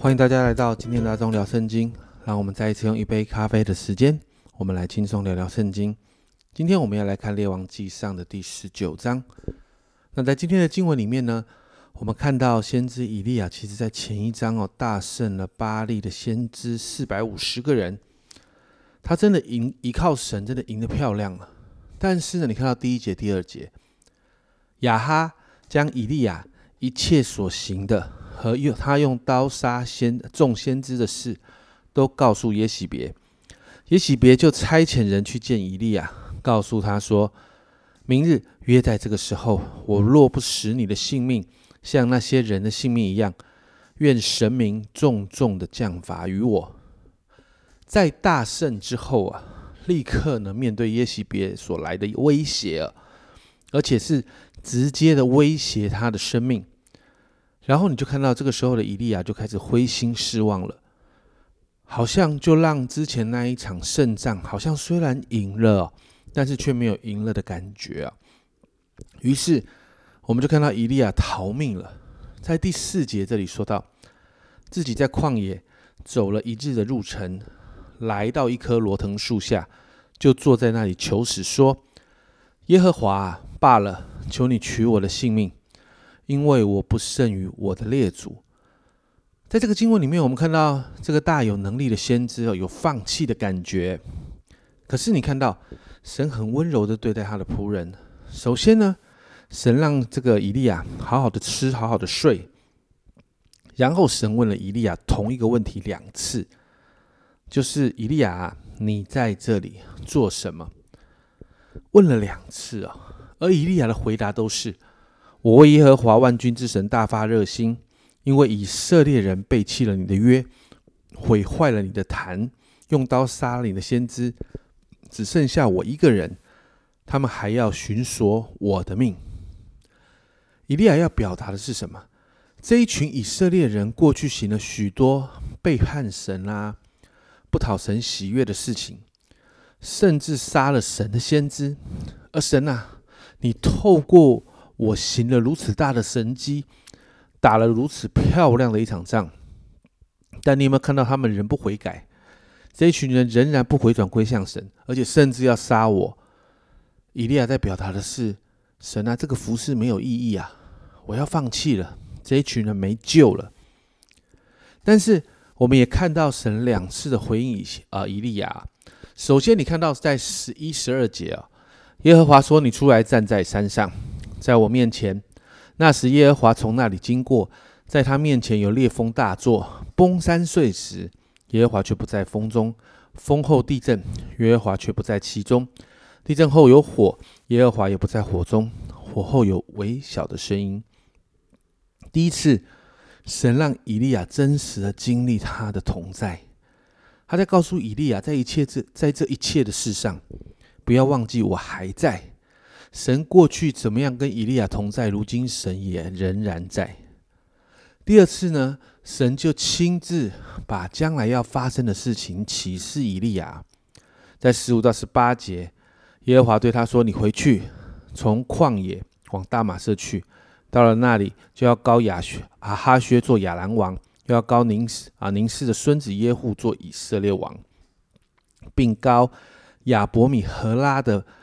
欢迎大家来到今天的阿忠聊圣经，让我们再一次用一杯咖啡的时间，我们来轻松聊聊圣经。今天我们要来看列王纪上的第19章。那在今天的经文里面呢，我们看到先知以利亚其实在前一章大胜了巴力的先知450个人，他真的依靠神真的赢得漂亮了。但是呢，你看到第1节第2节，亚哈将以利亚一切所行的和他用刀杀众先知的事都告诉耶洗别，耶洗别就差遣人去见以利亚，告诉他说，明日约在这个时候，我若不使你的性命像那些人的性命一样，愿神明重重的降罚于我。在大胜之后立刻呢面对耶洗别所来的威胁而且是直接的威胁他的生命。然后你就看到这个时候的以利亚就开始灰心失望了，好像就让之前那一场胜仗好像虽然赢了但是却没有赢了的感觉于是我们就看到以利亚逃命了。在第4节这里说到，自己在旷野走了1日的路程，来到一棵罗藤树下，就坐在那里求死说，耶和华罢了，求你取我的性命，因为我不胜于我的列祖。在这个经文里面，我们看到这个大有能力的先知有放弃的感觉。可是你看到神很温柔的对待他的仆人。首先呢，神让这个以利亚好好的吃，好好的睡。然后神问了以利亚同一个问题2次，就是以利亚你在这里做什么？问了2次而以利亚的回答都是，我为耶和华万军之神大发热心，因为以色列人背弃了你的约，毁坏了你的坛，用刀杀了你的先知，只剩下我一个人，他们还要寻索我的命。以利亚要表达的是什么？这一群以色列人过去行了许多背叛神不讨神喜悦的事情，甚至杀了神的先知。而神你透过我行了如此大的神迹，打了如此漂亮的一场仗，但你有没有看到他们仍不悔改？这一群人仍然不回转归向神，而且甚至要杀我。以利亚在表达的是，神这个服事没有意义我要放弃了，这一群人没救了。但是我们也看到神2次的回应以利亚。首先你看到在11、12节耶和华说，你出来站在山上，在我面前。那时耶和华从那里经过，在他面前有烈风大作，崩山碎石，耶和华却不在风中。风后地震，耶和华却不在其中。地震后有火，耶和华也不在火中。火后有微小的声音。第一次，神让以利亚真实的经历他的同在。他在告诉以利亚，在这一切的事上，不要忘记我还在。神过去怎么样跟以利亚同在，如今神也仍然在。第2次呢，神就亲自把将来要发生的事情启示以利亚。在15到18节，耶和华对他说，你回去，从旷野往大马色去，到了那里就要膏哈薛做亚兰王，又要膏宁示的孙子耶户做以色列王，并膏亚伯米荷拉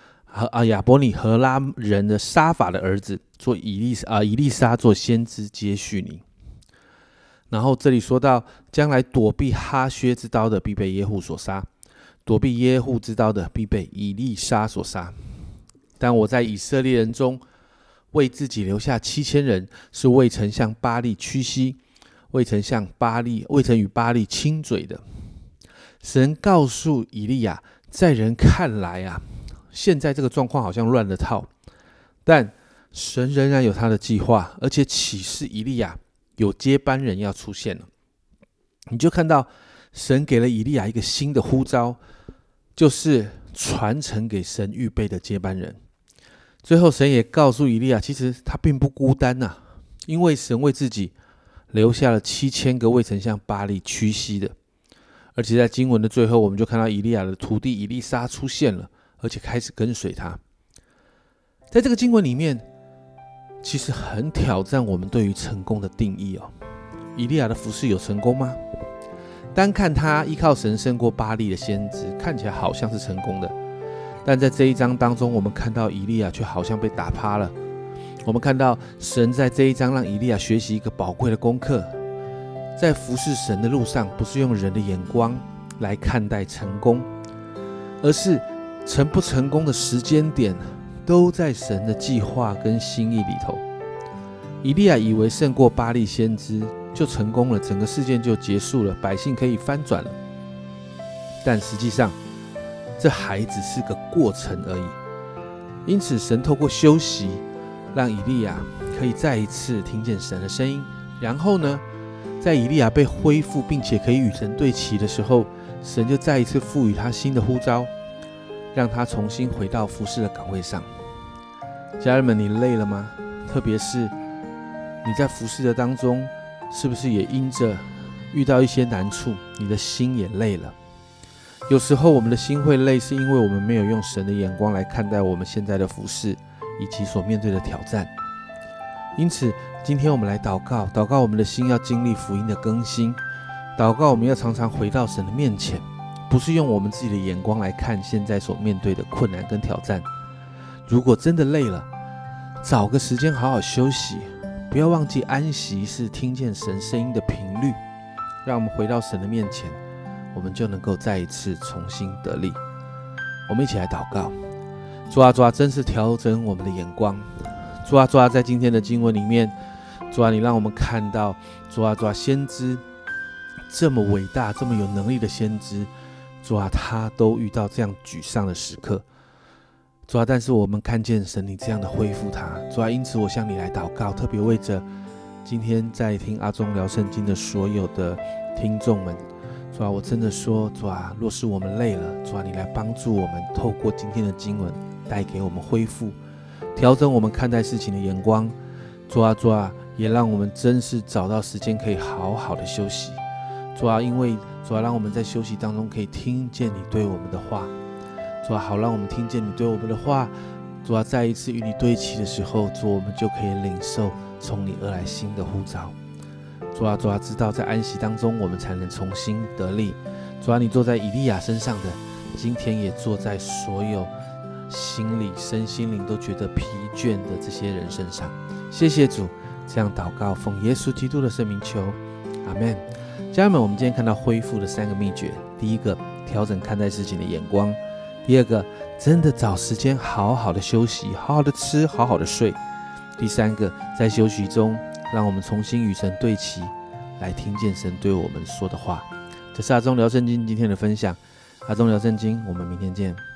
人的沙法的儿子做以利沙做先知接续你。然后这里说到，将来躲避哈薛之刀的必被耶户所杀，躲避耶户之刀的必被以利沙所杀。但我在以色列人中为自己留下7000人，是未曾向巴力屈膝，未曾与巴力亲嘴的。神告诉以利亚，在人看来现在这个状况好像乱了套，但神仍然有他的计划，而且启示以利亚有接班人要出现了。你就看到神给了以利亚一个新的呼召，就是传承给神预备的接班人。最后神也告诉以利亚，其实他并不孤单因为神为自己留下了7000个未曾向巴力屈膝的。而且在经文的最后，我们就看到以利亚的徒弟以利沙出现了，而且开始跟随他。在这个经文里面，其实很挑战我们对于成功的定义以利亚的服事有成功吗？单看他依靠神胜过巴力的先知，看起来好像是成功的，但在这一章当中，我们看到以利亚却好像被打趴了。我们看到神在这一章让以利亚学习一个宝贵的功课，在服事神的路上，不是用人的眼光来看待成功，而是成不成功的时间点都在神的计划跟心意里头。以利亚以为胜过巴力先知就成功了，整个事件就结束了，百姓可以翻转了。但实际上，这还只是个过程而已。因此，神透过休息，让以利亚可以再一次听见神的声音。然后呢，在以利亚被恢复并且可以与神对齐的时候，神就再一次赋予他新的呼召，让他重新回到服事的岗位上。家人们，你累了吗？特别是你在服事的当中，是不是也因着遇到一些难处，你的心也累了？有时候我们的心会累，是因为我们没有用神的眼光来看待我们现在的服事以及所面对的挑战。因此，今天我们来祷告我们的心要经历福音的更新，祷告我们要常常回到神的面前，不是用我们自己的眼光来看现在所面对的困难跟挑战。如果真的累了，找个时间好好休息，不要忘记安息是听见神声音的频率。让我们回到神的面前，我们就能够再一次重新得力。我们一起来祷告。主啊，真是调整我们的眼光。主啊，在今天的经文里面，主啊，你让我们看到，主啊，先知这么伟大这么有能力的先知，主啊，他都遇到这样沮丧的时刻。主啊，但是我们看见神你这样的恢复他。主啊，因此我向你来祷告，特别为着今天在听阿忠聊圣经的所有的听众们。主啊，我真的说，主啊，若是我们累了，主啊，你来帮助我们，透过今天的经文带给我们恢复，调整我们看待事情的眼光。主啊，也让我们真是找到时间可以好好的休息。主啊，因为主啊，让我们在休息当中可以听见你对我们的话。主啊，好让我们听见你对我们的话。主啊，再一次与你对齐的时候，主，我们就可以领受从你而来新的呼召。主啊，知道在安息当中，我们才能重新得力。主啊，你坐在以利亚身上的，今天也坐在所有心里身心灵都觉得疲倦的这些人身上。谢谢主，这样祷告，奉耶稣基督的圣名求，阿们。家人们，我们今天看到恢复的3个秘诀：第一个，调整看待事情的眼光；第二个，真的找时间好好的休息，好好的吃，好好的睡；第三个，在休息中让我们重新与神对齐，来听见神对我们说的话。这是阿忠聊圣经今天的分享。阿忠聊圣经，我们明天见。